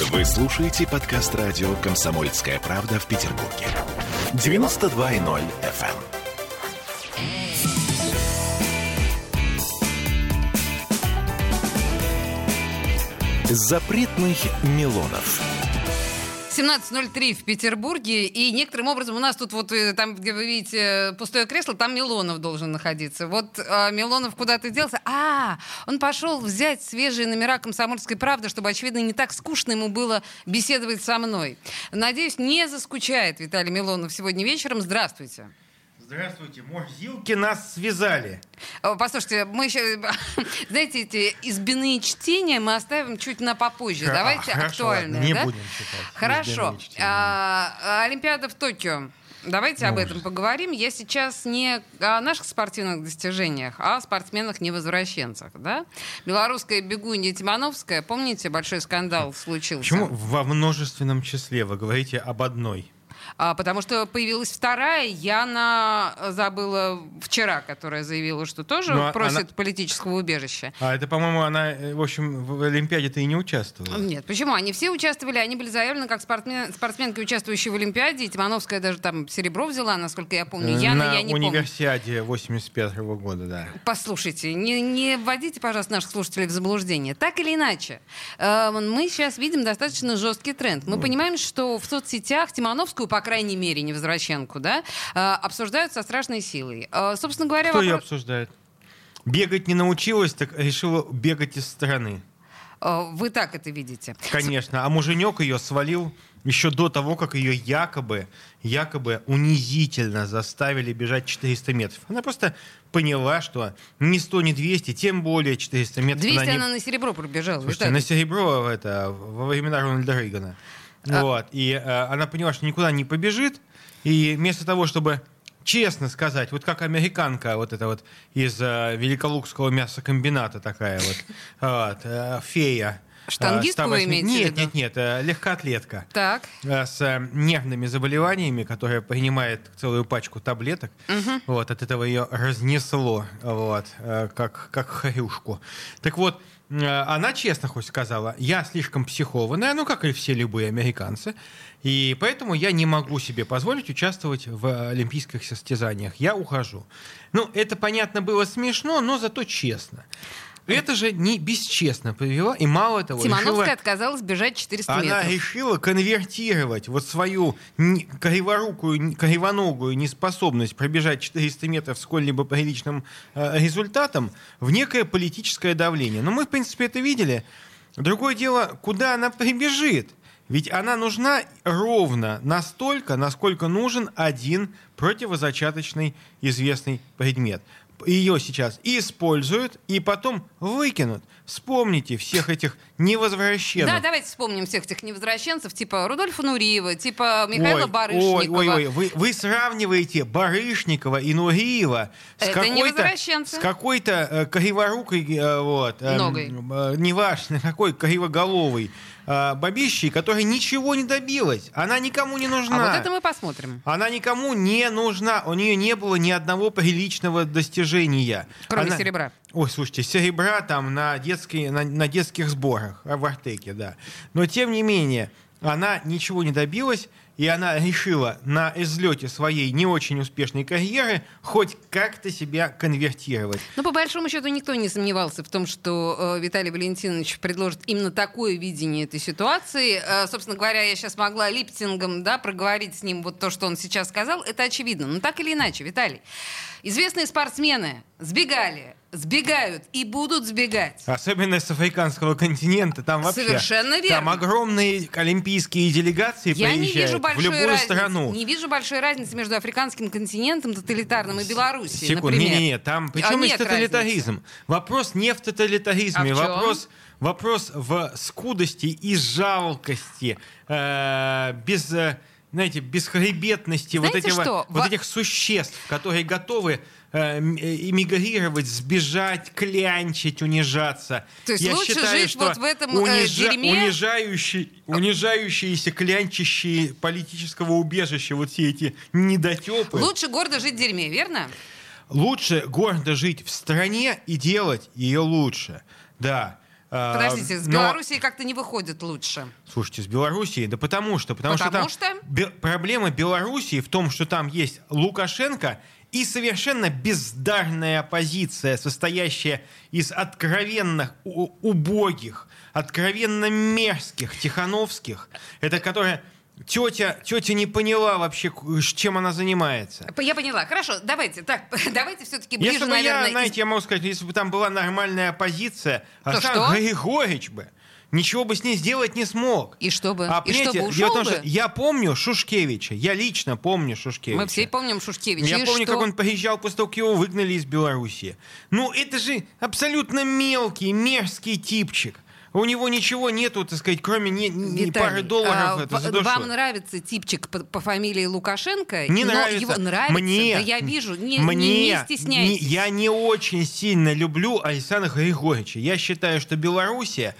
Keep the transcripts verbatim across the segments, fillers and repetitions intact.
Вы слушаете подкаст радио «Комсомольская правда» в Петербурге. девяносто два и ноль эф эм. Запретных Милонов. семнадцать ноль три в Петербурге, и некоторым образом у нас тут вот, там, где вы видите пустое кресло, там Милонов должен находиться. Вот а, Милонов куда-то делся. А, он пошел взять свежие номера «Комсомольской правды», чтобы, очевидно, не так скучно ему было беседовать со мной. Надеюсь, не заскучает Виталий Милонов сегодня вечером. Здравствуйте. Здравствуйте. Морзилки нас связали. Послушайте, мы еще, знаете, эти избиные чтения мы оставим чуть на попозже. Х- Давайте хорошо, актуальные, не да? будем читать. Хорошо. А, Олимпиада в Токио. Давайте об этом поговорим. Я сейчас не о наших спортивных достижениях, а о спортсменах-невозвращенцах. Да? Белорусская бегунья Тимановская, помните, большой скандал случился? Почему во множественном числе вы говорите об одной? А, потому что появилась вторая. Яна забыла вчера, которая заявила, что тоже Ну, а просит она... политического убежища. А это, по-моему, она, в общем, в Олимпиаде-то и не участвовала. Нет, почему? Они все участвовали, они были заявлены как спортсмен, спортсменки, участвующие в Олимпиаде. И Тимановская даже там серебро взяла, насколько я помню. Яна, На я не помню. универсиаде восемьдесят пятого года, да. Послушайте, не, не вводите, пожалуйста, наших слушателей в заблуждение. Так или иначе, э, мы сейчас видим достаточно жесткий тренд. Мы понимаем, что в соцсетях Тимановскую, по крайней мере, невозвращенку, да, э, обсуждают со страшной силой. Э, собственно говоря, Кто вопрос... ее обсуждает? Бегать не научилась, так решила бегать из страны. Э, вы так это видите? Конечно. А муженек ее свалил еще до того, как ее якобы, якобы унизительно заставили бежать четыреста метров. Она просто поняла, что ни сто, ни двести, тем более четыреста метров. двести она, не... она на серебро пробежала. Слушайте, Виталий. на серебро это, во времена Рональда Рейгана. А... Вот. И э, она поняла, что никуда не побежит. И вместо того, чтобы честно сказать, вот как американка вот эта вот из э, Великолукского мясокомбината такая вот, вот э, фея. Штангистку вы имеете в Нет, виду? нет, нет, э, легкоатлетка. Так. Э, с э, нервными заболеваниями, которая принимает целую пачку таблеток. Угу. Вот, от этого ее разнесло, вот, э, как, как хрюшку. Так вот, она честно хоть сказала, я слишком психованная, ну, как и все любые американцы, и поэтому я не могу себе позволить участвовать в олимпийских состязаниях. Я ухожу. Ну, это, понятно, было смешно, но зато честно. Это же не бесчестно повела, и мало того... Тимановская решила... отказалась бежать четыреста метров. Она решила конвертировать вот свою криворукую, кривоногую неспособность пробежать четыреста метров с сколь-либо приличным э, результатом в некое политическое давление. Но мы, в принципе, это видели. Другое дело, куда она прибежит. Ведь она нужна ровно настолько, насколько нужен один противозачаточный известный предмет. Ее сейчас используют и потом выкинут. Вспомните всех этих невозвращенцев. Да, давайте вспомним всех этих невозвращенцев, типа Рудольфа Нуриева, типа Михаила ой, Барышникова. Ой, ой, ой, вы, вы сравниваете Барышникова и Нуриева с Это какой-то, невозвращенцы. с какой-то э, криворукой, э, вот, э, Ногой. Э, неважно, какой кривоголовый э, бабищей, которая ничего не добилась. Она никому не нужна. А вот это мы посмотрим. Она никому не нужна. У нее не было ни одного приличного достижения. Кроме Она... серебра. Ой, слушайте, серебра там на, детские, на, на детских сборах, в Артеке, да. Но, тем не менее, она ничего не добилась, и она решила на излете своей не очень успешной карьеры хоть как-то себя конвертировать. Ну, по большому счету, никто не сомневался в том, что э, Виталий Валентинович предложит именно такое видение этой ситуации. Э, собственно говоря, я сейчас могла липтингом, да, проговорить с ним вот то, что он сейчас сказал. Это очевидно. Но так или иначе, Виталий, известные спортсмены сбегали, сбегают и будут сбегать. Особенно с африканского континента. Там вообще... Совершенно верно. Там огромные олимпийские делегации Я приезжают не вижу в большой любую разницы, страну. Не вижу большой разницы между африканским континентом тоталитарным и Белоруссией, Секунду, например. не-не-не, там причем А есть нет тоталитаризм. разницы. Вопрос не в тоталитаризме, А в чем? вопрос, вопрос в скудости и жалкости, э, без, э, знаете, бесхребетности вот, Знаете этих, что? вот Во- этих существ, которые готовы э, эмигрировать, сбежать, клянчить, унижаться. То есть Я лучше считаю, жить что вот в этом, э, унижа- дерьме? унижающие, унижающиеся, клянчащие политического убежища вот все эти недотепы. Лучше гордо жить в дерьме, верно? Лучше гордо жить в стране и делать ее лучше. Да. Подождите, с но... Белоруссией как-то не выходит лучше. Слушайте, с Белоруссией, да потому что, потому, потому что, там что? Бе- проблема Белоруссии в том, что там есть Лукашенко и совершенно бездарная оппозиция, состоящая из откровенных у- убогих, откровенно мерзких, тихановских, это которая... Тетя, тетя не поняла вообще, чем она занимается. Я поняла. Хорошо, давайте, так, давайте все-таки ближе, если бы наверное... я, знаете, из... я могу сказать, если бы там была нормальная оппозиция, То Александр что? Григорьевич бы ничего бы с ней сделать не смог. И что бы? А, И что бы, дело ушел в том, бы? что я помню Шушкевича, я лично помню Шушкевича. Мы все помним Шушкевича. Я И помню, что? как он приезжал после того, как его выгнали из Белоруссии. Ну, это же абсолютно мелкий, мерзкий типчик. У него ничего нету, так сказать, кроме не, не Виталий, пары долларов а, это, за в- душу. вам нравится типчик по, по фамилии Лукашенко? Не но нравится. Его нравится? Мне, Да я вижу. Не, мне, не, не стесняйтесь. не- я не очень сильно люблю Александра Григорьевича. Я считаю, что Белоруссия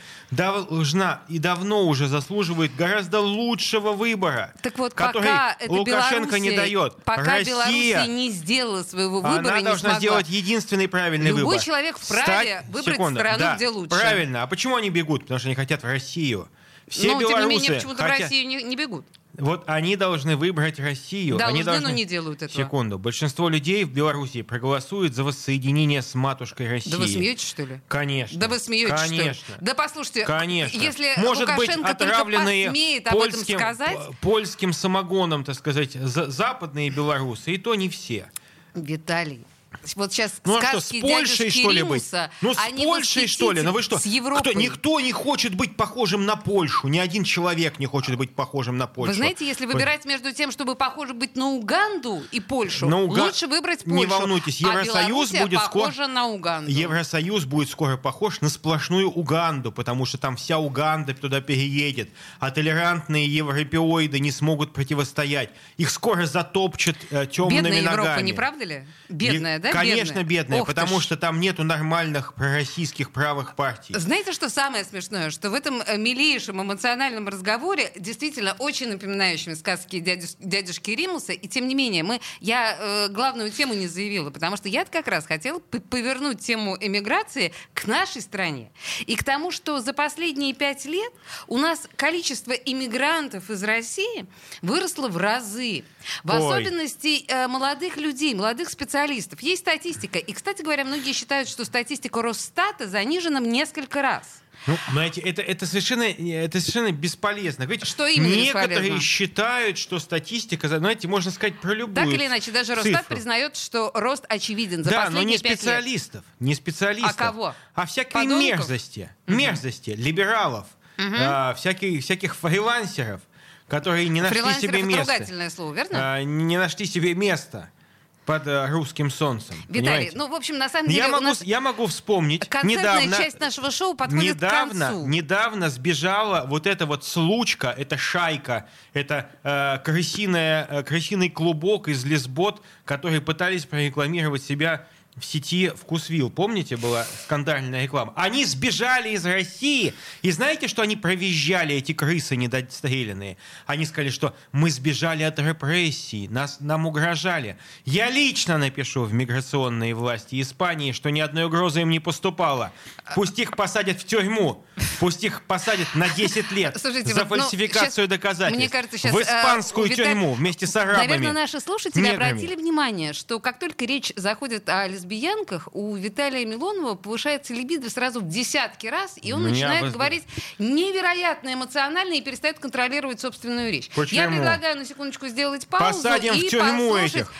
должна и давно уже заслуживает гораздо лучшего выбора, Так вот, который пока это Лукашенко не Белоруссия- дает. Пока Россия, Белоруссия не сделала своего выбора, она не должна смогла. сделать единственный правильный Любой выбор. человек вправе Стать- выбрать секунду, страну, да, где лучше. Правильно. А почему они бегут? Потому что они хотят в Россию. Все Но, белорусы тем не менее, почему-то хотят... в Россию не, не бегут. Вот они должны выбрать Россию. Да, они должны, должны... но не делают этого. Секунду. Большинство людей в Беларуси проголосуют за воссоединение с матушкой России. Да вы смеетесь, что ли? Конечно. Да вы смеетесь, Конечно. что ли? Да послушайте, Конечно. если Может Лукашенко быть, только отравленные посмеет об этом польским, сказать... п- польским самогоном, так сказать, за- западные белорусы, и то не все. Виталий, вот сейчас Ну а что, с сказки Польшей, дядюшки что ли, быть? Римуса, Ну, с они Польшей, что ли? Ну вы что? С Европой. Кто, никто не хочет быть похожим на Польшу. Ни один человек не хочет быть похожим на Польшу. Вы знаете, если выбирать между тем, чтобы похоже быть на Уганду и Польшу, На Уга- лучше выбрать Польшу. Не волнуйтесь, Евросоюз а Белоруссия будет скоро... похожа на Уганду. Евросоюз будет скоро похож на сплошную Уганду, потому что там вся Уганда туда переедет, а толерантные европеоиды не смогут противостоять. Их скоро затопчут э, темными Бедная ногами. Европа, не правда ли? Бедная, И, да? Конечно, бедная, Ох ты потому ж. что там нету нормальных пророссийских правых партий. Знаете, что самое смешное? Что в этом э, милейшем эмоциональном разговоре, действительно очень напоминающем сказки дядюш- дядюшки Римуса, и тем не менее, мы, я э, главную тему не заявила, потому что я как раз хотела п- повернуть тему эмиграции к нашей стране. И к тому, что за последние пять лет у нас количество иммигрантов из России выросло в разы. В Ой. особенности э, молодых людей, молодых специалистов. Есть статистика. И, кстати говоря, многие считают, что статистика Росстата занижена в несколько раз. Ну, знаете, это, это, совершенно, это совершенно бесполезно. Видите, Что именно некоторые бесполезно? считают, что статистика, знаете, можно сказать про любую Так или иначе, даже Росстат цифру. признает, что рост очевиден за Да, но последние не пять лет. специалистов. Не специалистов. А кого? А всякой Подонков? мерзости. Мерзости, либералов, а, всяких, всяких фрилансеров, которые не нашли Фрилансеров себе — это места. ругательное слово, верно? А, не нашли себе места под а, русским солнцем. Виталий, понимаете? ну, в общем, на самом деле я, у могу, нас я могу вспомнить концертная недавно, часть нашего шоу подходит недавно, к концу. недавно сбежала вот эта вот случка, эта шайка, это э, крысиная, э, крысиный клубок из лесбот, которые пытались прорекламировать себя в сети «Вкусвилл». Помните, была скандальная реклама? Они сбежали из России. И знаете, что они провизжали, эти крысы недостреленные? Они сказали, что мы сбежали от репрессий, нас, нам угрожали. Я лично напишу в миграционные власти Испании, что ни одной угрозы им не поступало. Пусть их посадят в тюрьму. Пусть их посадят на десять лет Слушайте, за вот, ну, фальсификацию щас, доказательств. мне кажется, щас, в э, испанскую у Вита- тюрьму вместе с арабами. Наверное, наши слушатели неграми. обратили внимание, что как только речь заходит о лесбиянках, у Виталия Милонова повышается либидо сразу в десятки раз, и он Меня начинает воз- говорить невероятно эмоционально и перестает контролировать собственную речь. Почему? Я предлагаю на секундочку сделать паузу Посадим и в тюрьму послушать. этих.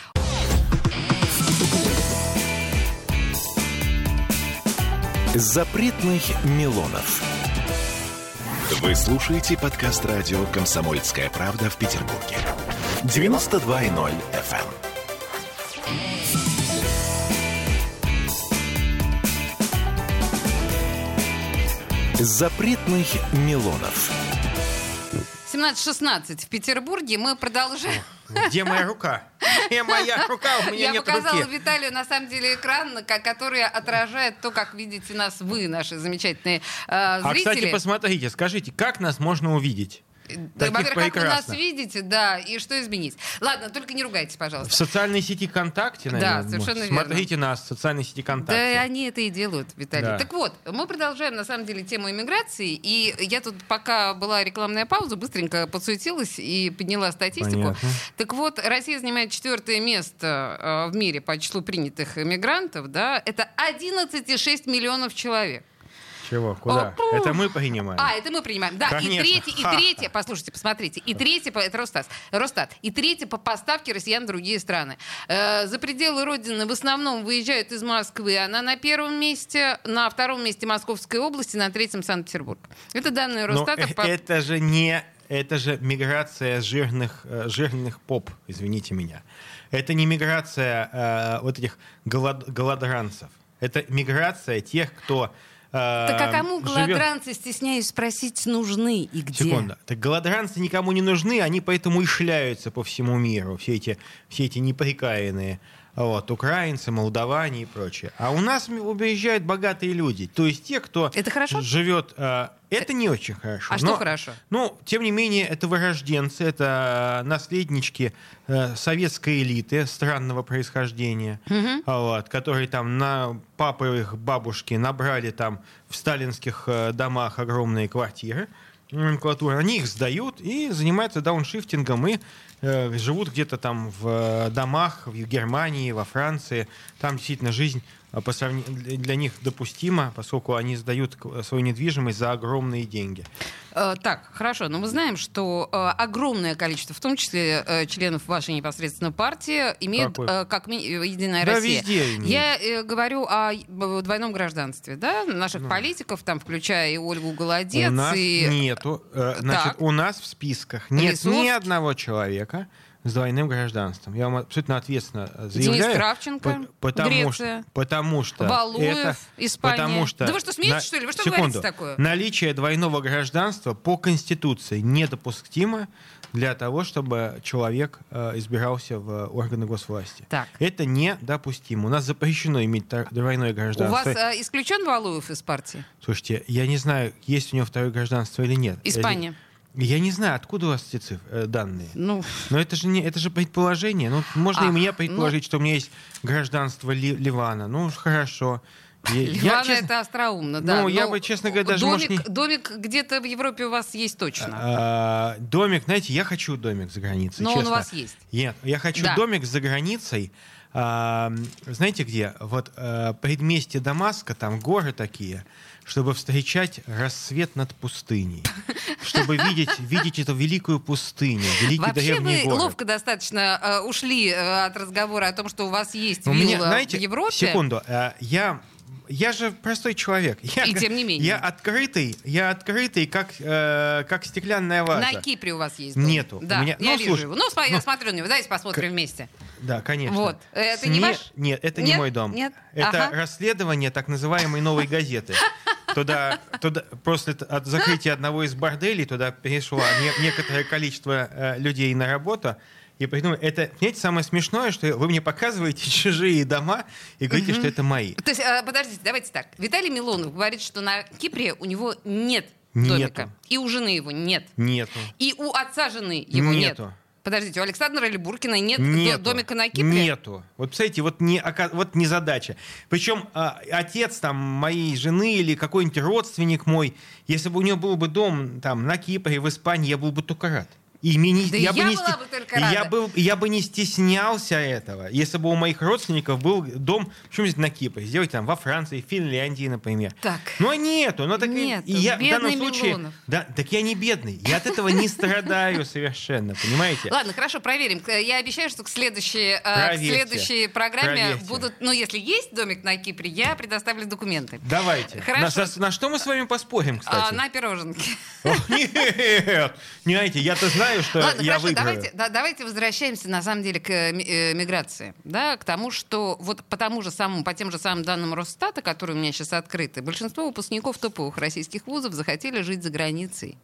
Запретных Милонов. Вы слушаете подкаст радио «Комсомольская правда» в Петербурге. девяносто два и ноль эф эм. Запретных Милонов. семнадцать шестнадцать в Петербурге. Мы продолжаем. Где моя рука? Где моя рука? У меня Я нет показала руки. Виталию, на самом деле, экран, ка- который отражает то, как видите нас вы, наши замечательные э, А, зрители. кстати, посмотрите, скажите, как нас можно увидеть? Во-первых, как вы нас прекрасно. видите, да, и что изменить. Ладно, только не ругайтесь, В пожалуйста. социальной сети ВКонтакте, наверное. Да, совершенно Смотрите нас в социальной сети Да, и ВКонтакте. они это и делают, Виталий. Да. Так вот, мы продолжаем, на самом деле, тему иммиграции. И я тут, пока была рекламная пауза, быстренько подсуетилась и подняла статистику. Понятно. Так вот, Россия занимает четвертое место э, в мире по числу принятых иммигрантов. Да? Это одиннадцать целых шесть десятых миллионов человек. Чего? Куда? Опу. Это мы принимаем. А, это мы принимаем. Да, Конечно. и третье, и Ха. третье, послушайте, посмотрите, и третье, по- это Росстат, Росстат, и третье по поставке россиян в другие страны. Э, за пределы Родины в основном выезжают из Москвы, она на первом месте, на втором месте Московской области, на третьем Санкт-Петербург. Это данные Но Росстата. э- по- это же не... Это же миграция жирных, э, жирных поп, извините меня. Это не миграция э, вот этих голод- голодранцев. Это миграция тех, кто... Так а кому живет- голодранцы, стесняюсь спросить, нужны и где? Секунду. Так голодранцы никому не нужны, они поэтому и шляются по всему миру, все эти, все эти неприкаянные вот, украинцы, молдаване и прочее. А у нас уезжают богатые люди, то есть те, кто Это хорошо? живет... э, Это не очень хорошо. А что хорошо? Ну, тем не менее, это вырожденцы, это наследнички э, советской элиты странного происхождения, вот, которые там на папы их бабушки набрали там в сталинских э, домах огромные квартиры, номенклатуры. Они их сдают и занимаются дауншифтингом и э, живут где-то там в э, домах в Германии, во Франции. Там действительно жизнь э, по сравнению, для них допустима, поскольку они сдают к- свою недвижимость за огромные деньги. Э, Так, хорошо, но мы знаем, что э, огромное количество, в том числе э, членов вашей непосредственно партии, имеют Какой? э, как ми- э, Единая Да, Россия. везде имеют. Я э, говорю о э, двойном гражданстве, да, наших Ну. политиков, там, включая и Ольгу Голодец, У нас и... нету. э, Значит, Так. у нас в списках нет Лисовский. ни одного человека с двойным гражданством. Я вам абсолютно ответственно Денис заявляю. Кравченко, по- потому Греция. Что, потому что Валуев, это, Испания. Потому что Да вы что, смеетесь, что ли? Вы что говорите такое? Наличие двойного гражданства по Конституции недопустимо для того, чтобы человек э, избирался в органы госвласти. Так. Это недопустимо. У нас запрещено иметь та- двойное У гражданство. вас э, исключен Валуев из партии? Слушайте, я не знаю, есть у него второе гражданство или нет. Испания. Я не знаю, откуда у вас эти цифры, э, данные. Ну, Но это же, не, это же предположение. Ну, можно А, и мне предположить, что у меня есть гражданство Ли- Ливана. Ну, хорошо. Я- я, Ливана честно- это остроумно, да. Ну, я но бы, честно говоря, даже, домик, может, не- домик где-то в Европе у вас есть точно. А, домик, знаете, я хочу домик за границей, Но он у честно. вас есть. Нет, я хочу Да. домик за границей. А, знаете где? Вот а, предместье Дамаска, там горы такие, чтобы встречать рассвет над пустыней, чтобы видеть, видеть эту великую пустыню, великий Вообще древний вы город. ловко достаточно э, ушли э, от разговора о том, что у вас есть У вилла меня, знаете, в Европе. секунду, а, я я же простой человек. Я, И тем не менее. Я открытый, я открытый, как, э, как стеклянная ваза. На Кипре у вас есть дом. Нету. Да, У меня- я ну, вижу слушай, его. Ну, см- я ну, смотрю на него. Давайте посмотрим вместе. Да, конечно. Вот. Это не ваш? Нет, это не Нет? мой дом. Нет? Это Ага. расследование так называемой «Новой газеты». Туда, туда, после т- от закрытия одного из борделей туда перешло не- некоторое количество э, людей на работу. И придумали, это, понимаете, самое смешное, что вы мне показываете чужие дома и говорите, что это мои. То есть, э, подождите, давайте так. Виталий Милонов говорит, что на Кипре у него нет Нету. домика. И у жены его нет. Нету. И у отца жены его нет. Нету. Подождите, у Александра Лебуркина нет до- Нету. домика на Кипре? Нету. Вот, представляете, вот не, ока- вот не задача. Причем а, отец там моей жены или какой-нибудь родственник мой, если бы у него был бы дом там на Кипре, в Испании, я был бы только рад. И мне- Да я, и я не была сте- бы только рада. я, был, я бы не стеснялся этого, если бы у моих родственников был дом, почему здесь на Кипре, сделать там во Франции, в Финляндии, например. Так. Но нету. Но так, и- Нету. и я в данном Бедный случае, Милонов. да, так я не бедный. Я от этого не страдаю совершенно, понимаете? Ладно, хорошо, проверим. К- Я обещаю, что к следующей, э, к Проверьте. следующей программе Проверьте. будут... Ну, если есть домик на Кипре, я предоставлю документы. Давайте. Хорошо. На, на что мы с вами поспорим, кстати? А, на пироженке. О, нет! Не знаете, я-то знаю, что Ладно, я хорошо, выиграю. давайте, да, давайте возвращаемся на самом деле к э, ми- э, миграции, да, к тому, что вот по тому же самому, по тем же самым данным Росстата, которые у меня сейчас открыты, большинство выпускников топовых российских вузов захотели жить за границей.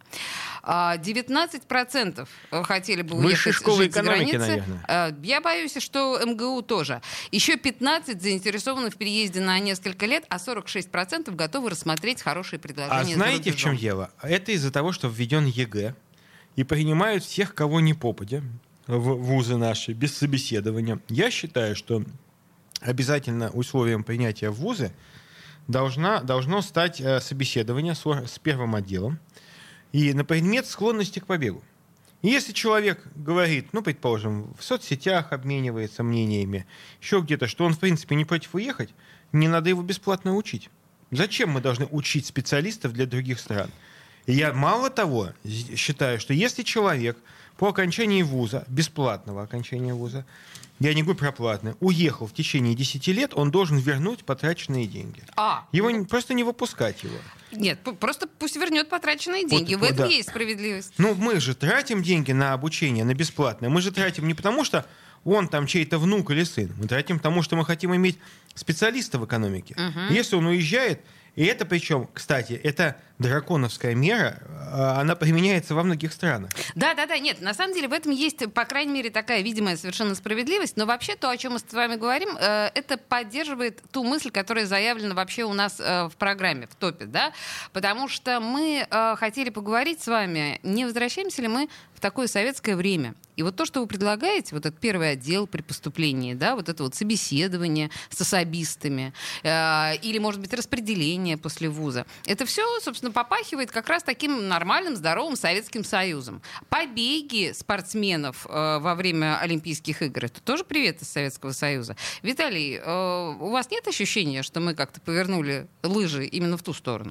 А, девятнадцать процентов хотели бы уехать Высшей школы жить за экономики, границей. наверное. А, Я боюсь, что эм гэ у тоже. Еще пятнадцать заинтересованы в переезде на несколько лет, а сорок шесть процентов готовы рассмотреть хорошие А предложения. за знаете, в чем рубежом. дело? Это из-за того, что введен ЕГЭ. и принимают всех, кого ни попадя, в вузы наши, без собеседования. Я считаю, что обязательно условием принятия в вузы должна, должно стать собеседование с, с первым отделом и на предмет склонности к побегу. И если человек говорит, ну, предположим, в соцсетях обменивается мнениями, еще где-то, что он, в принципе, не против уехать, не надо его бесплатно учить. Зачем мы должны учить специалистов для других стран? И я, мало того, считаю, что если человек по окончании вуза, бесплатного окончания вуза, я не говорю про платное, уехал в течение десяти лет, он должен вернуть потраченные деньги. А, его ну, просто не выпускать его. Нет, просто пусть вернет потраченные деньги. Вот, в этом да. есть справедливость. Ну, мы же тратим деньги на обучение, на бесплатное. Мы же тратим не потому, что он там чей-то внук или сын. Мы тратим потому, что мы хотим иметь специалиста в экономике. Угу. Если он уезжает, и это причем, кстати, это драконовская мера, она применяется во многих странах. Да-да-да, нет, на самом деле в этом есть, по крайней мере, такая видимая совершенно справедливость, но вообще то, о чем мы с вами говорим, это поддерживает ту мысль, которая заявлена вообще у нас в программе, в топе, да, потому что мы хотели поговорить с вами, не возвращаемся ли мы в такое советское время. И вот то, что вы предлагаете, вот этот первый отдел при поступлении, да, вот это вот собеседование с особистами, э, или, может быть, распределение после вуза, это все, собственно, попахивает как раз таким нормальным, здоровым Советским Союзом. Побеги спортсменов э, во время Олимпийских игр — это тоже привет из Советского Союза. Виталий, э, у вас нет ощущения, что мы как-то повернули лыжи именно в ту сторону?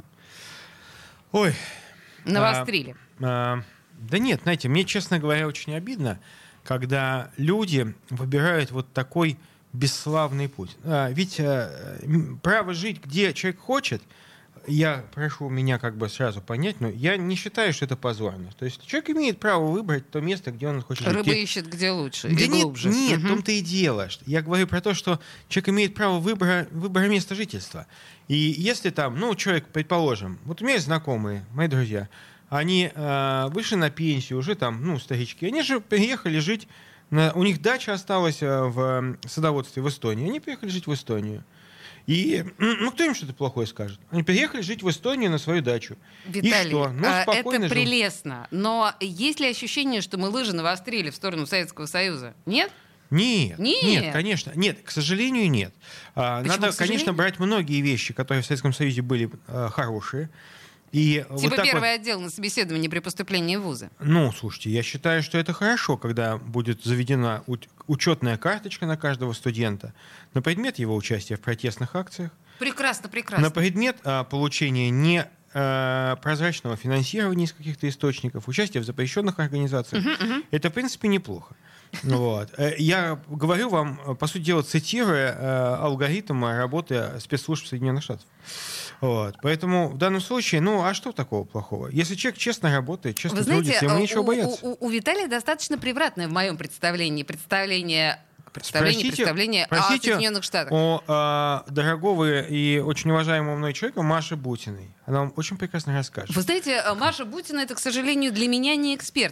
Ой. Навострили. А, а... Да нет, знаете, мне, честно говоря, очень обидно, когда люди выбирают вот такой бесславный путь. А, ведь а, право жить, где человек хочет, я прошу меня как бы сразу понять, но я не считаю, что это позорно. То есть человек имеет право выбрать то место, где он хочет жить. Рыба где... ищет где лучше, да где нет, глубже. Нет, угу. в том-то и дело. Я говорю про то, что человек имеет право выбора, выбора места жительства. И если там, ну, человек, предположим, вот у меня есть знакомые, мои друзья, они э, вышли на пенсию, уже там, ну, старички. Они же приехали жить, на, у них дача осталась э, в садоводстве в Эстонии. Они приехали жить в Эстонию. И, ну, кто им что-то плохое скажет? Они приехали жить в Эстонию на свою дачу. Виталий, и что? Ну, это жил. Прелестно. Но есть ли ощущение, что мы лыжи навострили в сторону Советского Союза? Нет? Нет, нет, нет, конечно, нет, к сожалению, нет. Почему, Надо, конечно, брать многие вещи, которые в Советском Союзе были э, хорошие. И типа вот первый вот, отдел на собеседовании при поступлении в вузы. Ну, слушайте, я считаю, что это хорошо, когда будет заведена учетная карточка на каждого студента на предмет его участия в протестных акциях. Прекрасно, прекрасно. На предмет а, получения не а, прозрачного финансирования из каких-то источников, участия в запрещенных организациях. Uh-huh, uh-huh. Это, в принципе, неплохо. Вот. Я говорю вам, по сути дела, цитируя алгоритм работы спецслужб Соединенных Штатов. Вот. Поэтому в данном случае, ну, а что такого плохого? Если человек честно работает, честно трудится, ему нечего у, бояться. У, у, у Виталия достаточно превратное в моем представлении представление, представление, спросите, представление спросите о Соединенных Штатах. О а, дорогого и очень уважаемого мной человека Маше Бутиной. Она вам очень прекрасно расскажет. Вы знаете, Маша Бутина — это, к сожалению, для меня не эксперт.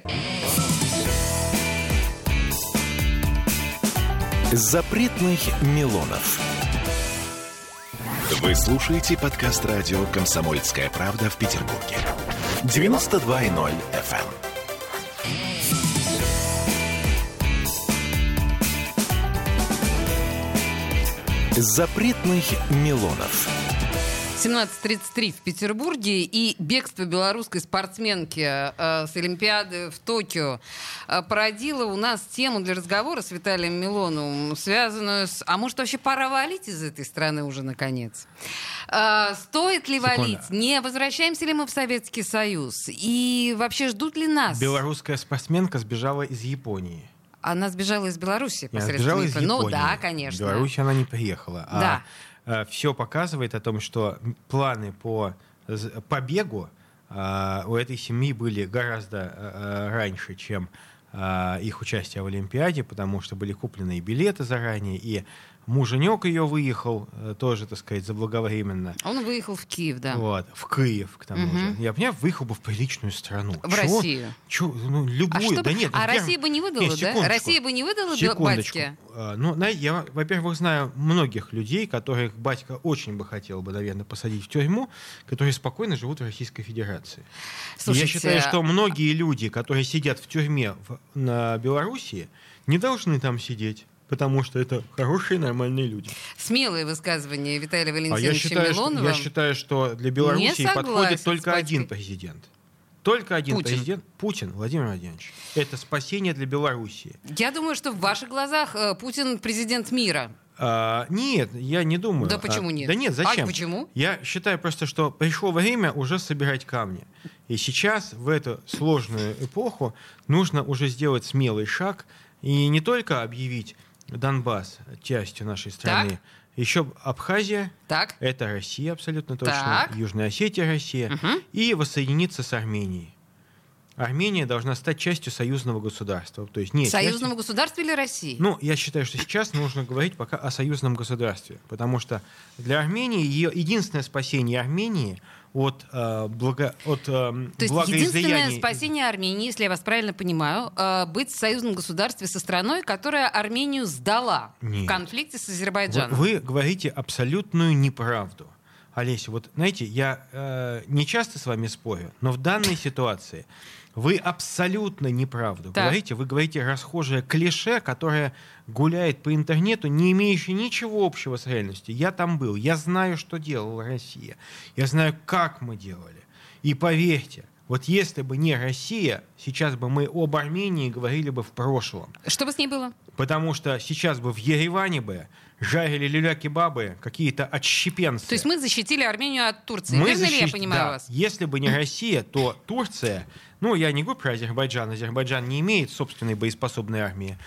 Запретных Милонов. Вы слушаете подкаст радио «Комсомольская правда» в Петербурге. девяносто два и ноль эф эм. Запретных Милонов. семнадцать тридцать три в Петербурге, и бегство белорусской спортсменки э, с Олимпиады в Токио э, породило у нас тему для разговора с Виталием Милоновым, связанную с... А может, вообще пора валить из этой страны уже, наконец? Э, стоит ли Секунда. валить? Не возвращаемся ли мы в Советский Союз? И вообще ждут ли нас? Белорусская спортсменка сбежала из Японии. Она сбежала из Беларуси Она посредством... сбежала из Японии. Ну да, конечно. В Беларусь она не приехала. Да. А все показывает о том, что планы по побегу у этой семьи были гораздо раньше, чем их участие в Олимпиаде, потому что были куплены и билеты заранее, и Муженек ее выехал тоже, так сказать, заблаговременно. Он выехал в Киев, да. Вот, в Киев, к тому угу. же. Я понимаю, выехал бы в приличную страну. В Чего? Россию. Чего? Ну, любую. А, что... да нет, а я... Россия бы не выдала, нет, да? Россия бы не выдала батьке? А, ну, я, во-первых, знаю многих людей, которых батька очень бы хотел бы, наверное, посадить в тюрьму, которые спокойно живут в Российской Федерации. Слушайте... Я считаю, что многие люди, которые сидят в тюрьме в, на Белоруссии, не должны там сидеть. Потому что это хорошие, нормальные люди. Смелые высказывания Виталия Валентиновича а я считаю, Милонова. Что, я считаю, что для Белоруссии подходит только один президент. Только один Путин. президент. Путин, Владимир Владимирович. Это спасение для Белоруссии. Я думаю, что в ваших глазах э, Путин президент мира. А, нет, я не думаю. Да почему нет? А, да нет, зачем? А почему? Я считаю просто, что пришло время уже собирать камни. И сейчас, в эту сложную эпоху, нужно уже сделать смелый шаг и не только объявить Донбасс частью нашей страны. Так. Еще Абхазия, так. это Россия абсолютно точно, так. Южная Осетия, Россия, угу. и воссоединиться с Арменией. Армения должна стать частью союзного государства. То есть, нет, союзного частью... государства или России? Ну, я считаю, что сейчас нужно говорить пока о союзном государстве, потому что для Армении ее единственное спасение Армении от э, благо от э, То есть единственное спасение Армении, если я вас правильно понимаю, э, быть в союзном государстве со страной, которая Армению сдала Нет. в конфликте с Азербайджаном. Вы, вы говорите абсолютную неправду. Олеся, вот знаете, я э, не часто с вами спорю, но в данной ситуации вы абсолютно неправду так. говорите. Вы говорите расхожее клише, которое гуляет по интернету, не имеющее ничего общего с реальностью. Я там был, я знаю, что делала Россия. Я знаю, как мы делали. И поверьте, вот если бы не Россия, сейчас бы мы об Армении говорили бы в прошлом. Что бы с ней было? Потому что сейчас бы в Ереване бы жарили люля-кебабы какие-то отщепенцы. То есть мы защитили Армению от Турции. Мы Верно защит... ли я понимаю да. вас? Если бы не Россия, то Турция... Ну, я не говорю про Азербайджан. Азербайджан не имеет собственной боеспособной армии.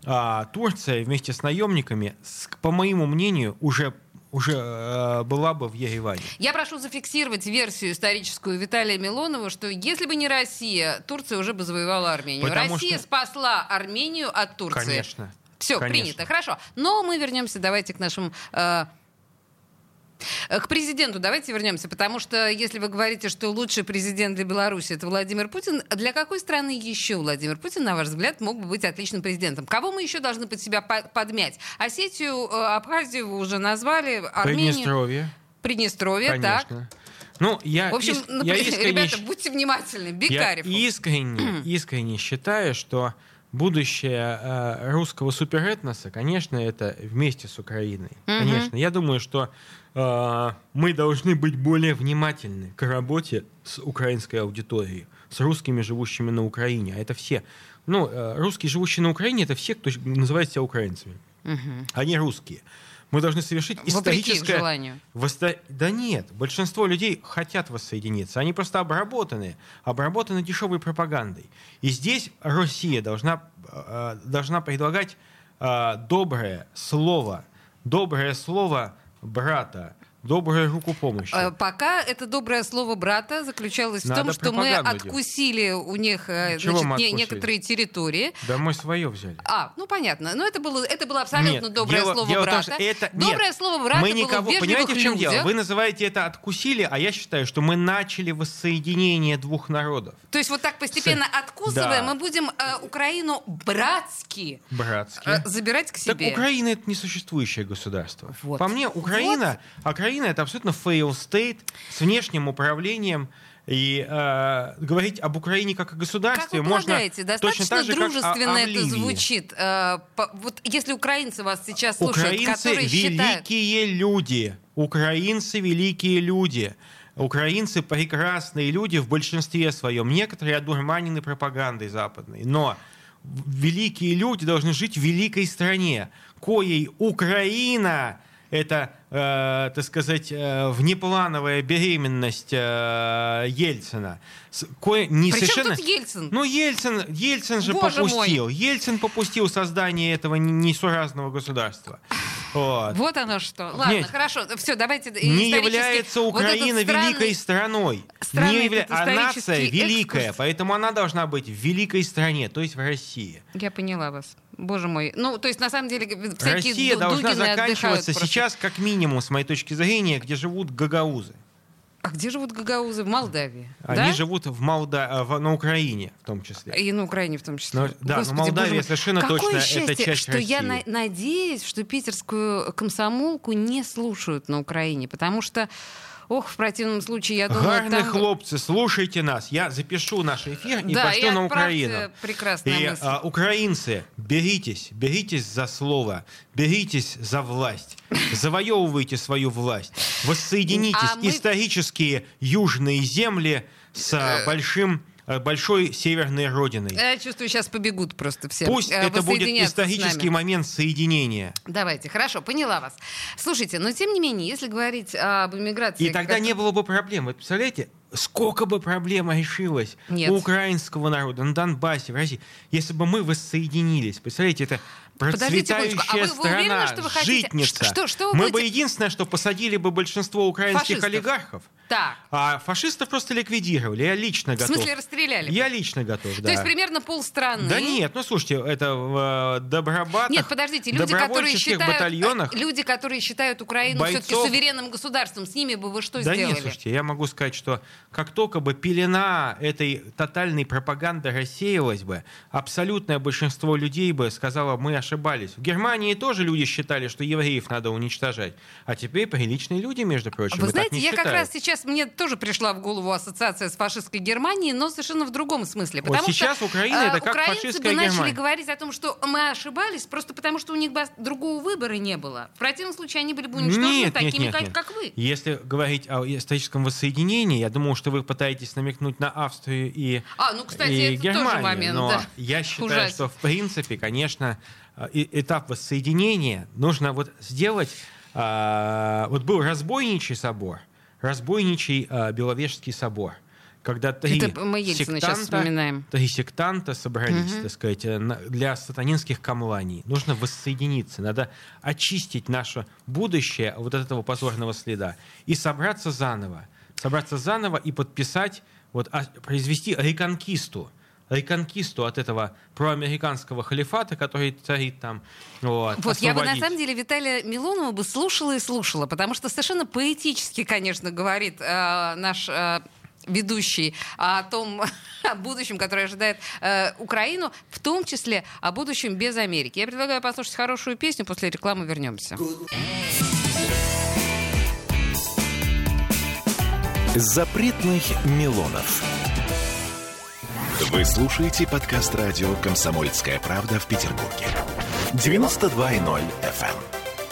А Турция вместе с наемниками, по моему мнению, уже... уже э, была бы в Ереване. Я прошу зафиксировать версию историческую Виталия Милонова, что если бы не Россия, Турция уже бы завоевала Армению. Потому Россия что... спасла Армению от Турции. Конечно. Все, Конечно. принято, хорошо. Но мы вернемся, давайте к нашим... Э, к президенту давайте вернемся, потому что если вы говорите, что лучший президент для Беларуси это Владимир Путин, для какой страны еще Владимир Путин, на ваш взгляд, мог бы быть отличным президентом? Кого мы еще должны под себя подмять? Осетию, Абхазию вы уже назвали, Армению... Приднестровье. Приднестровье, Конечно. так. Ну, я В общем, иск... например, я искренне... ребята, будьте внимательны, Бекарев. Я искренне, искренне считаю, что будущее э, русского суперэтноса, конечно, это вместе с Украиной. Mm-hmm. Конечно. Я думаю, что э, мы должны быть более внимательны к работе с украинской аудиторией, с русскими, живущими на Украине. А это все. Ну, э, русские, живущие на Украине, это все, кто называет себя украинцами. Mm-hmm. Они русские. Мы должны совершить Вопреки историческое... их желанию. Восто... Да нет, большинство людей хотят воссоединиться. Они просто обработаны, обработаны дешевой пропагандой. И здесь Россия должна, э, должна предлагать э, доброе слово, доброе слово брата, добрую руку помощи. Пока это доброе слово брата заключалось Надо в том, что мы пропаганду откусили делать. у них значит, не, некоторые территории. Да мы свое взяли. А, ну понятно. Но это было, это было абсолютно нет, доброе дело, слово дело брата. Том, это, доброе нет, слово брата мы никого, было в понимаете, в чем людях. дело? Вы называете это откусили, а я считаю, что мы начали воссоединение двух народов. То есть вот так постепенно С... откусывая, да. мы будем э, Украину братски, братски. Э, забирать к себе. Так Украина — это несуществующее государство. Вот. По мне, Украина, вот. Украина — это абсолютно fail state с внешним управлением. И э, говорить об Украине как о государстве как вы можно достаточно точно так же, дружественно как о, о это звучит. Э, по, вот если украинцы вас сейчас слушают, украинцы которые великие считают... люди. Украинцы великие люди. Украинцы прекрасные люди в большинстве своем. Некоторые одурманены пропагандой западной. Но великие люди должны жить в великой стране, коей Украина — это, э, так сказать, э, внеплановая беременность э, Ельцина. Кое не При совершенно... чем тут Ельцин? Ну, Ельцин, Ельцин же Боже попустил. мой. Ельцин попустил создание этого несуразного государства. Вот. Вот оно что. Ладно, Нет. хорошо. Все, давайте Не исторически- является вот этот Украина странный- великой страной. странный Не явля... этот А нация исторический великая, экскурс. поэтому она должна быть в великой стране, то есть в России. Я поняла вас. Боже мой. Ну, то есть, на самом деле, всякие Россия ду- должна Дугины отдыхают заканчиваться просто. сейчас, как минимум, с моей точки зрения, где живут гагаузы. А где живут гагаузы? В Молдавии. Они да? живут в Молда... в- на Украине в том числе. И на Украине в том числе. Но- да, но Господи, Молдавия боже мой. совершенно Какое точно счастье, это часть что я России. на- надеюсь, что питерскую комсомолку не слушают на Украине, потому что, ох, в противном случае, я думаю, Гарные там... хлопцы, слушайте нас. Я запишу наш эфир и Да, пошлю и на отправьте, Украину. прекрасная И мысль. а, украинцы, беритесь, беритесь за слово, беритесь за власть, завоевывайте свою власть, воссоединитесь А мы- исторические южные земли с а, большим а, большой северной родиной. Я чувствую, сейчас побегут просто все. Пусть э, это будет воссоединяться с исторический нами. момент соединения. Давайте, хорошо, поняла вас. Слушайте, но тем не менее, если говорить об иммиграции... И тогда как- не было бы проблем. Вы представляете, сколько бы проблем решилось Нет. у украинского народа на Донбассе, в России, если бы мы воссоединились. Представляете, это Подождите процветающая секундочку, а вы- вы страна, уверены, что вы хотите- житница. Что- что вы мы будете- бы единственное, что посадили бы большинство украинских Фашистов. олигархов, Так, а фашистов просто ликвидировали. Я лично в готов. смысле расстреляли? Я лично готов, да. То есть примерно полстраны? Да нет, ну слушайте, это в э, добробатах, Нет, подождите, люди, которые добровольческих считают, батальонах. люди, которые считают Украину бойцов- все-таки суверенным государством, с ними бы вы что Да сделали? нет, слушайте, я могу сказать, что как только бы пелена этой тотальной пропаганды рассеялась бы, абсолютное большинство людей бы сказало, мы ошибались. В Германии тоже люди считали, что евреев надо уничтожать. А теперь приличные люди, между прочим, Вы и так знаете, не я как считают. раз сейчас, мне тоже пришла в голову ассоциация с фашистской Германией, но совершенно в другом смысле. Потому сейчас что, Украина э, это как украинцы фашистская бы начали Германия. говорить о том, что мы ошибались, просто потому что у них бы другого выбора не было. В противном случае они были бы уничтожены Нет, нет, такими, нет, как, нет. как вы. Если говорить о историческом воссоединении, я думаю, что вы пытаетесь намекнуть на Австрию и, А, ну, кстати, и это Германию. тоже момент, но да. я считаю, Ужасен. что в принципе, конечно, и- этап воссоединения нужно вот сделать. а, Вот был разбойничий собор, разбойничий а, Беловежский собор, когда три Это мы Ельцина сейчас сектанта, вспоминаем. три сектанта собрались, так сказать, э, на- для сатанинских камланий. Нужно воссоединиться, надо очистить наше будущее вот от этого позорного следа и собраться заново. Собраться заново и подписать, вот, а, произвести реконкисту. Реконкисту от этого проамериканского халифата, который царит там. Вот, Вот, я бы на освободить. самом деле Виталия Милонова бы слушала и слушала, потому что совершенно поэтически, конечно, говорит э, наш э, ведущий о том о будущем, которое ожидает э, Украину, в том числе о будущем без Америки. Я предлагаю послушать хорошую песню, после рекламы вернемся. Запретных Милонов. Вы слушаете подкаст радио «Комсомольская правда» в Петербурге. девяносто два и ноль эф эм.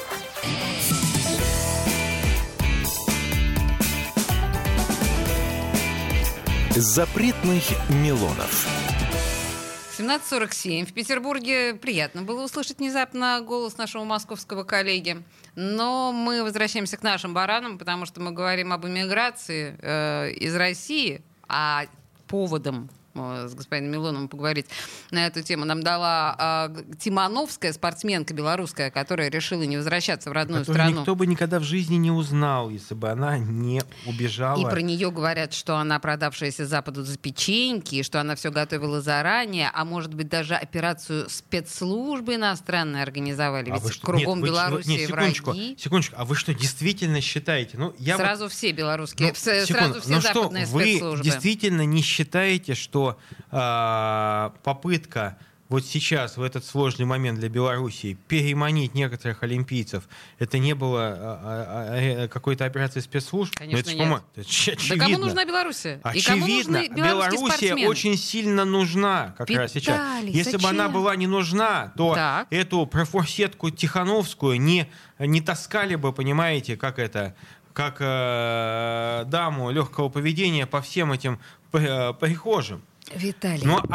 Запретных Милонов. семнадцать сорок семь. В Петербурге приятно было услышать внезапно голос нашего московского коллеги. Но мы возвращаемся к нашим баранам, потому что мы говорим об эмиграции э, из России, а поводом э, с господином Милоновым поговорить на эту тему нам дала э, Тимановская, спортсменка белорусская, которая решила не возвращаться в родную Которую страну. никто бы никогда в жизни не узнал, если бы она не убежала. И про нее говорят, что она продавшаяся Западу за печеньки, что она все готовила заранее, а может быть даже операцию спецслужбы иностранные организовали. А Ведь вы что- кругом нет, вы- Белоруссии нет, секундочку, враги. секундочку, а вы что, действительно считаете? Ну, я вот- Сразу все белорусские, Ну, все- секунду, сразу все ну что, западные вы спецслужбы. действительно не считаете, что а, попытка вот сейчас, в этот сложный момент для Белоруссии, переманить некоторых олимпийцев, это не было а, а, а, какой-то операцией спецслужб? Конечно, Ну, это, ж, нет. по-моему, это ж Да очевидно. кому нужна Белоруссия? И кому Очевидно, нужны белорусские Белоруссия спортсмены? очень сильно нужна как раз сейчас. Виталий, Если бы она зачем? была не нужна, то Так. эту профурсетку Тихановскую не, не таскали бы, понимаете, как это, как э, даму легкого поведения по всем этим э, прихожим. Виталий, Но а-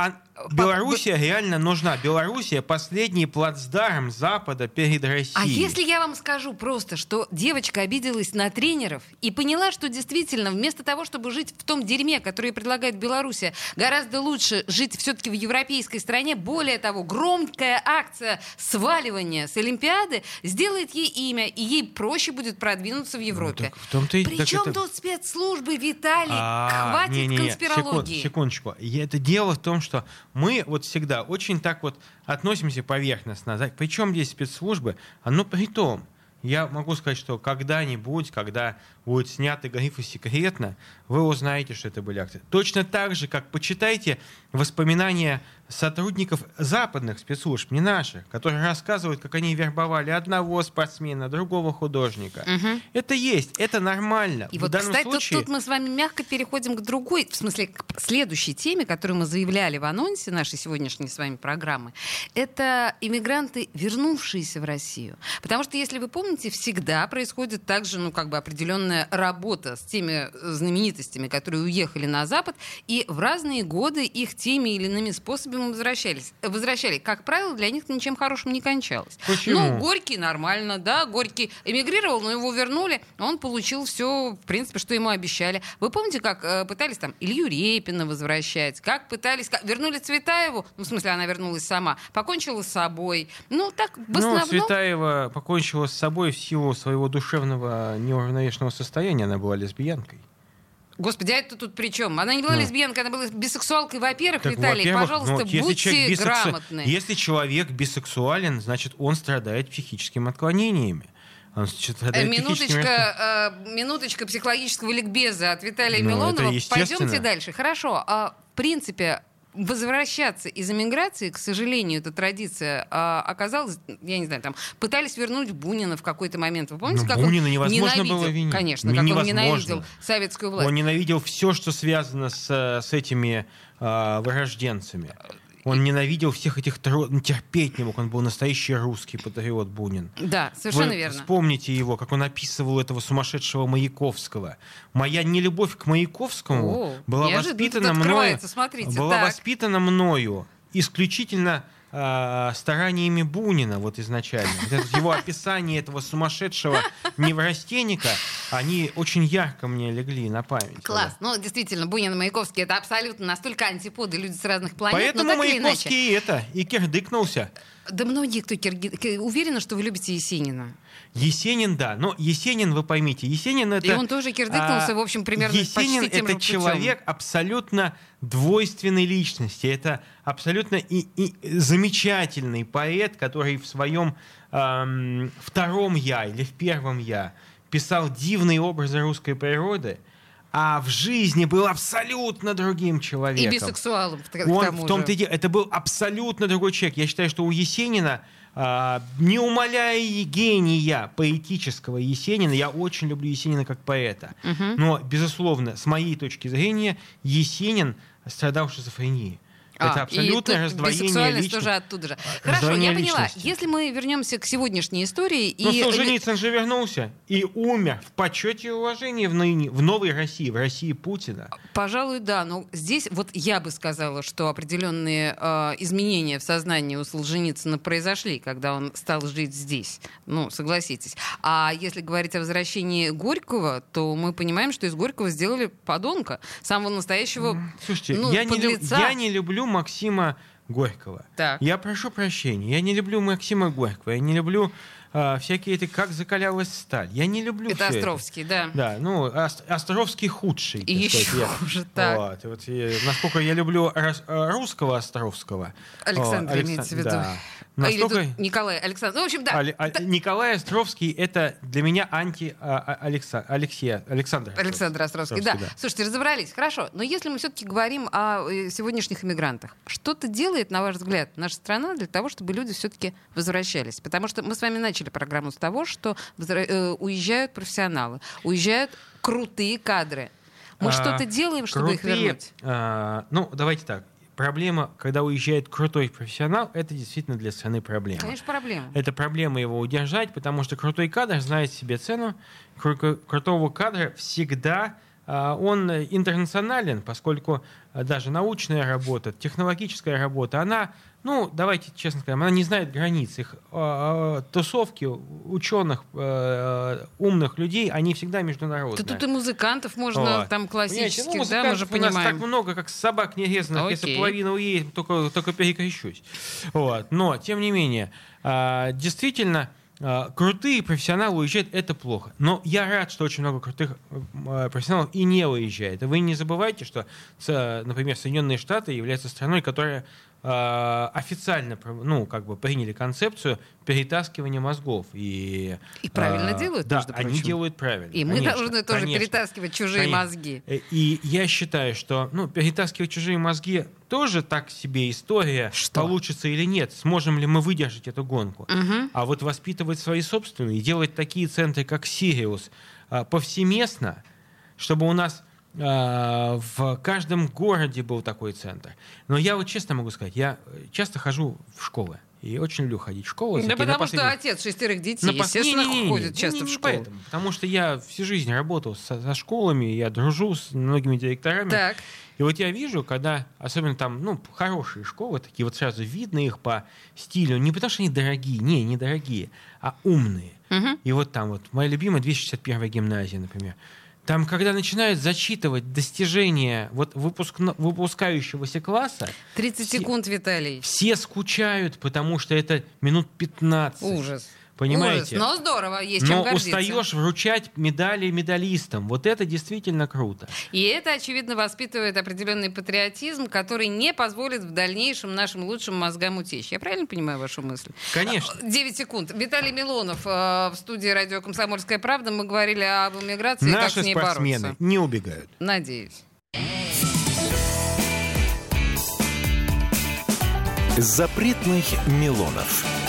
Белоруссия реально нужна. Белоруссия — последний плацдарм Запада перед Россией. А если я вам скажу просто, что девочка обиделась на тренеров и поняла, что действительно вместо того, чтобы жить в том дерьме, которое предлагает Белоруссия, гораздо лучше жить все-таки в европейской стране. Более того, громкая акция сваливания с Олимпиады сделает ей имя, и ей проще будет продвинуться в Европе. Ну, так в том-то и- Причем так это- тут спецслужбы, Виталий? А, Хватит не-не-не, конспирологии. секунд- секундочку. И это дело в том, что мы вот всегда очень так вот относимся поверхностно. За- Причем здесь спецслужбы? А ну при том, я могу сказать, что когда-нибудь, когда будут сняты грифы «секретно», вы узнаете, что это были акции. Точно так же, как почитайте воспоминания сотрудников западных спецслужб, не наших, которые рассказывают, как они вербовали одного спортсмена, другого художника. Мгм. Это есть, это нормально. И В вот, данном кстати, тут- случае... тут, мы с вами мягко переходим к другой, в смысле, к следующей теме, которую мы заявляли в анонсе нашей сегодняшней с вами программы. Это иммигранты, вернувшиеся в Россию. Потому что, если вы помните, всегда происходит также, ну, как бы определенная работа с теми знаменитостями, которые уехали на Запад, и в разные годы их теми или иными способами возвращались. Возвращали. Как правило, для них ничем хорошим не кончалось. Почему? Ну, Горький нормально, да, Горький эмигрировал, но его вернули, он получил все, в принципе, что ему обещали. Вы помните, как э, пытались там Илью Репина возвращать, как пытались, как, вернули Цветаеву, ну, в смысле, она вернулась сама, покончила с собой. Ну, так, в Ну, основном... Цветаева покончила с собой в силу своего душевного неуравновешенного состояния. Она была лесбиянкой. Господи, а это тут при чем? Она не была Ну. лесбиянкой, она была бисексуалкой. Во-первых, Так, Виталий, во-первых, пожалуйста, ну, если будьте человек бисексу- грамотны. Если человек бисексуален, значит, он страдает психическими отклонениями. Он Э, страдает психическими Минуточка, э, минуточка психологического ликбеза от Виталия Ну, это Милонова. естественно. Пойдемте дальше. Хорошо. А, в принципе, возвращаться из эмиграции, к сожалению, эта традиция а, оказалась, я не знаю, там пытались вернуть Бунина в какой-то момент. Вы помните, Ну, как Бунина он невозможно ненавидел? было винить. Конечно, Ну, как он невозможно. ненавидел советскую власть. Он ненавидел все, что связано с, с этими а, вырожденцами. Он ненавидел всех этих... тро- ну, терпеть не мог. Он был настоящий русский патриот Бунин. Да, совершенно Вы верно. вспомните его, как он описывал этого сумасшедшего Маяковского. Моя нелюбовь к Маяковскому О, была неожиданно воспитана тут мною, открывается, смотрите, была так. воспитана мною исключительно а, стараниями Бунина вот изначально. Вот это его описание этого сумасшедшего неврастенника, они очень ярко мне легли на память. Класс. Ну, действительно, Бунин и Маяковский — это абсолютно настолько антиподы, люди с разных планет, Поэтому но так или иначе. Маяковский и это, и кирдыкнулся. Да многие, кто кирги... уверены, что вы любите Есенина. Есенин, да. Но Есенин, вы поймите, Есенин это... И он тоже кирдыкнулся, а, в общем, примерно Есенин почти тем это же путем. человек абсолютно двойственной личности. Это абсолютно и, и замечательный поэт, который в своем эм, втором «я» или в первом «я» писал дивные образы русской природы, а в жизни был абсолютно другим человеком. И бисексуалом, к к Он тому в том-то же. и дело, это был абсолютно другой человек. Я считаю, что у Есенина, а, не умаляя гения поэтического Есенина, я очень люблю Есенина как поэта. Мгм. Но, безусловно, с моей точки зрения, Есенин страдал шизофренией. А, это и абсолютное тут раздвоение бисексуальность личности. тоже оттуда же. Хорошо, Раздвоение я поняла. личности. Если мы вернемся к сегодняшней истории... Но и... Солженицын же вернулся и умер в почете и уважении в, ныне, в новой России, в России Путина. Пожалуй, да. Но здесь вот я бы сказала, что определенные э, изменения в сознании у Солженицына произошли, когда он стал жить здесь. Ну, согласитесь. А если говорить о возвращении Горького, то мы понимаем, что из Горького сделали подонка. Самого настоящего Слушайте, ну, я, не люб- подлеца. я не люблю Максима Горького. Так. Я прошу прощения. Я не люблю Максима Горького. Я не люблю а, всякие эти «Как закалялась сталь». Я не люблю Это всё Островский, да. Да, ну, Ост- Островский худший. И так еще сказать. Я- хуже, так. Вот, вот, и насколько я люблю рос- э, русского Островского. Александр О, имеется в виду. Да. А, или Настолько... тут Николай Александр. Ну, в общем, да. Али- а- Николай Островский — это для меня анти а, а, Алекса- Алексея, Александр. Александр Островский, да. Слушайте, разобрались, хорошо. Но если мы все-таки говорим о э, сегодняшних иммигрантах, что-то делает, на ваш взгляд, наша страна для того, чтобы люди все-таки возвращались? Потому что мы с вами начали программу с того, что возра- э, уезжают профессионалы, уезжают крутые кадры. Мы А, что-то делаем, чтобы их крутые, вернуть? а, ну, давайте так. Проблема, когда уезжает крутой профессионал, это действительно для страны проблема. Конечно, проблема. Это проблема его удержать, потому что крутой кадр знает себе цену. Кру- крутого кадра всегда он интернационален, поскольку даже научная работа, технологическая работа, она, ну, давайте честно скажем, она не знает границ. Их э, тусовки ученых, э, умных людей, они всегда международные. Да тут и музыкантов можно, вот. Там классических, ну, да, мы же понимаем. У нас так много, как собак нерезанных, Окей. если половина уедет, только, только перекрещусь. Вот. Но, тем не менее, э, действительно, крутые профессионалы уезжают, это плохо. Но я рад, что очень много крутых профессионалов и не уезжает. И вы не забывайте, что, например, Соединенные Штаты являются страной, которая официально, ну, как бы приняли концепцию перетаскивания мозгов. И, и правильно а, делают, да, между прочим. Они делают правильно. И мы конечно, должны тоже конечно, перетаскивать чужие конечно. мозги. И я считаю, что ну, перетаскивать чужие мозги тоже так себе история, что? Получится или нет. Сможем ли мы выдержать эту гонку? Угу. А вот воспитывать свои собственные, делать такие центры, как Сириус, повсеместно, чтобы у нас в каждом городе был такой центр. Но я вот честно могу сказать, я часто хожу в школы. И очень люблю ходить в школу. Да потому что отец шестерых детей, на естественно, не, не, не, ходит не, часто не, не, в школу. Поэтому, потому что я всю жизнь работал со, со школами, я дружу с многими директорами. Так. И вот я вижу, когда, особенно там, ну, хорошие школы, такие вот сразу видно их по стилю, не потому что они дорогие, не, не дорогие, а умные. Угу. И вот там вот моя любимая двести шестьдесят первая гимназия, например. Там, когда начинают зачитывать достижения вот выпускно, выпускающегося класса... тридцать все, секунд, Виталий. Все скучают, потому что это минут пятнадцать. Ужас. Понимаете? Ужас. Но здорово, есть чем Но гордиться. устаешь вручать медали медалистам. Вот это действительно круто. И это, очевидно, воспитывает определенный патриотизм, который не позволит в дальнейшем нашим лучшим мозгам утечь. Я правильно понимаю вашу мысль? Конечно. девять секунд. Виталий Милонов э, в студии радио «Комсомольская правда». Мы говорили об эмиграции Наши и как с ней бороться. Наши спортсмены не убегают. Надеюсь. Запретных Милонов.